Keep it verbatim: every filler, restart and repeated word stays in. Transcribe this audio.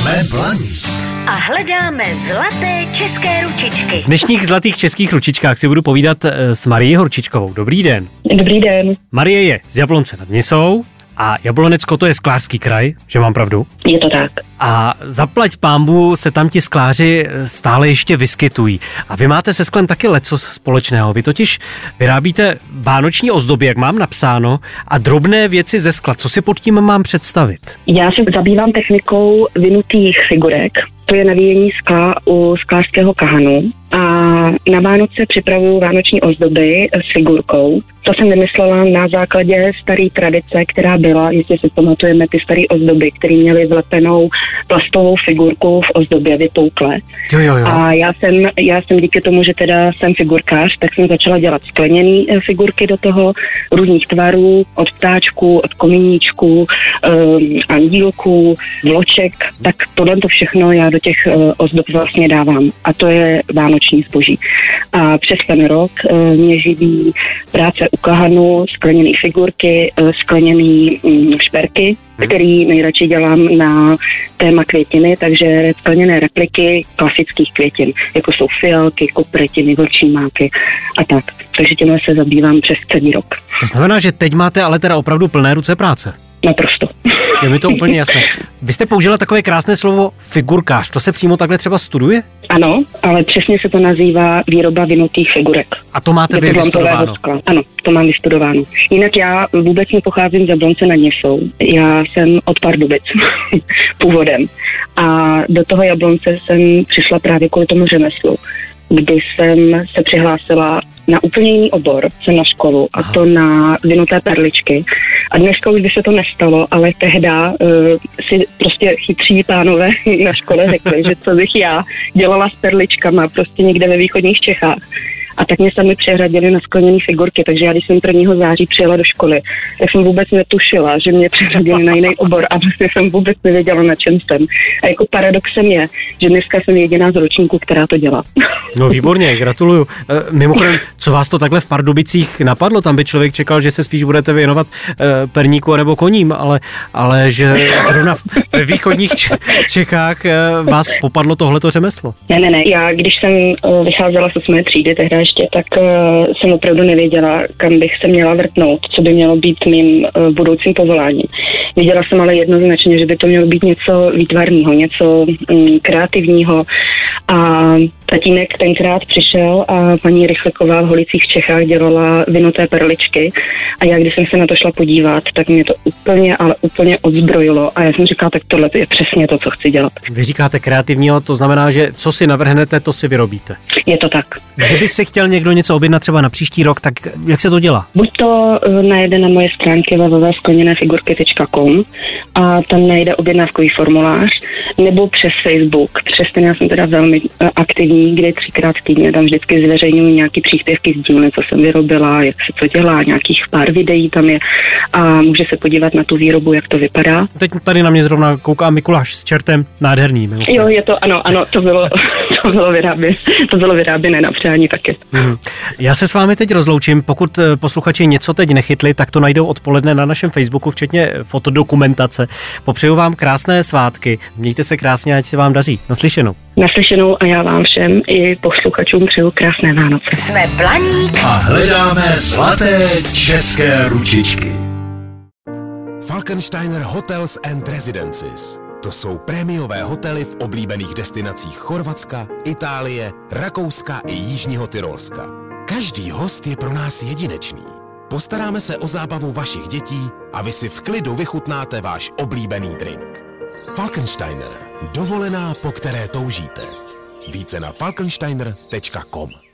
Jsme Blaník a hledáme zlaté české ručičky. V dnešních zlatých českých ručičkách si budu povídat s Marií Horčičkovou. Dobrý den. Dobrý den. Marie je z Jablonce nad Nisou a Jablonecko to je sklářský kraj, že mám pravdu? Je to tak. A zaplať pánbu se tam ti skláři stále ještě vyskytují. A vy máte se sklem taky lecos společného. Vy totiž vyrábíte vánoční ozdoby, jak mám napsáno, a drobné věci ze skla. Co si pod tím mám představit? Já se zabývám technikou vynutých figurek. To je navíjení skla u sklářského kahanu. A na Vánoce připravuju vánoční ozdoby s figurkou. To jsem vymyslela na základě staré tradice, která byla, jestli si pamatujeme, ty staré ozdoby, které měly vlepenou plastovou figurku v ozdobě vypouklé. Jo, jo, jo. A já jsem, já jsem díky tomu, že teda jsem figurkář, tak jsem začala dělat skleněné figurky do toho, různých tvarů, od ptáčků, od komíníčků, um, andílků, vloček, tak tohle to všechno já do těch uh, ozdob vlastně dávám. A to je vánoční zboží. A přes ten rok uh, mě živí práce u kahanu, skleněné figurky, uh, skleněné um, šperky, který nejradši dělám na téma květiny, takže skleněné repliky klasických květin, jako jsou fialky, kopretiny, vlčí máky a tak. Takže těmhle se zabývám přes celý rok. To znamená, že teď máte ale teda opravdu plné ruce práce. Naprosto. Je mi to úplně jasné. Vy jste použila takové krásné slovo figurkář. To se přímo takhle třeba studuje? Ano, ale přesně se to nazývá výroba vynutých figurek. A to máte vy vystudováno? Ano, to mám vystudováno. Jinak já vůbec nepocházím z Jablonce nad Nisou. Já jsem od Pardubic původem. A do toho Jablonce jsem přišla právě kvůli tomu řemeslu, kdy jsem se přihlásila na úplně jiný obor, jsem na školu, a to na vinuté perličky. A dneska už by se to nestalo, ale tehda uh, si prostě chytří pánové na škole řekli, že co bych já dělala s perličkama prostě někde ve východních Čechách. A tak mě sami přehradili na skleněné figurky, takže já, když jsem prvního září přijela do školy, tak jsem vůbec netušila, že mě přehradili na jiný obor a vlastně jsem vůbec nevěděla, na čem jsem. A jako paradoxem je, že dneska jsem jediná z ročníků, která to dělá. No výborně, gratuluju. Mimochodem, co vás to takhle v Pardubicích napadlo? Tam by člověk čekal, že se spíš budete věnovat perníku nebo koním, ale, ale že zrovna ve východních Čechách vás popadlo tohleto řemeslo. Ne, ne, ne. Já, když jsem vycházela z osmé třídy, tehdy ještě, tak uh, jsem opravdu nevěděla, kam bych se měla vrtnout, co by mělo být mým uh, budoucím povoláním. Věděla jsem ale jednoznačně, že by to mělo být něco výtvarného, něco um, kreativního. A tatínek tenkrát přišel a paní Rychleková v Holicích v Čechách dělala vinuté perličky. A já, když jsem se na to šla podívat, tak mě to úplně, ale úplně odzbrojilo. A já jsem říkala, tak tohle je přesně to, co chci dělat. Vy říkáte kreativního, to znamená, že co si navrhnete, to si vyrobíte. Je to tak. Kdyby si chtěl někdo něco objednat třeba na příští rok, tak jak se to dělá? Buď to najde na moje stránky w w w tečka skleněné figurky tečka com a tam najde objednávkový formulář, nebo přes Facebook. Přes ten já jsem teda velmi aktivní, kde třikrát týdně tam vždycky zveřejňuji nějaký příspěvky z dílny, co jsem vyrobila, jak se to dělá, nějakých pár videí tam je a může se podívat na tu výrobu, jak to vypadá. Teď tady na mě zrovna kouká Mikuláš s čertem, nádherný. Mimochodem. Jo, je to, ano, ano, to bylo, to bylo vyráběné, to bylo vyráběné na přání taky. Hmm. Já se s vámi teď rozloučím, pokud posluchači něco teď nechytli, tak to najdou odpoledne na našem Facebooku, včetně fotodokumentace. Popřeju vám krásné svátky, mějte se krásně, ať se vám daří. Naslyšenou. Naslyšenou a já vám všem i posluchačům přeju krásné Vánoce. Jsme Blaník a hledáme zlaté české ručičky. Falkensteiner Hotels and Residences. To jsou prémiové hotely v oblíbených destinacích Chorvatska, Itálie, Rakouska i Jižního Tyrolska. Každý host je pro nás jedinečný. Postaráme se o zábavu vašich dětí a vy si v klidu vychutnáte váš oblíbený drink. Falkensteiner. Dovolená, po které toužíte. Více na falkensteiner tečka com.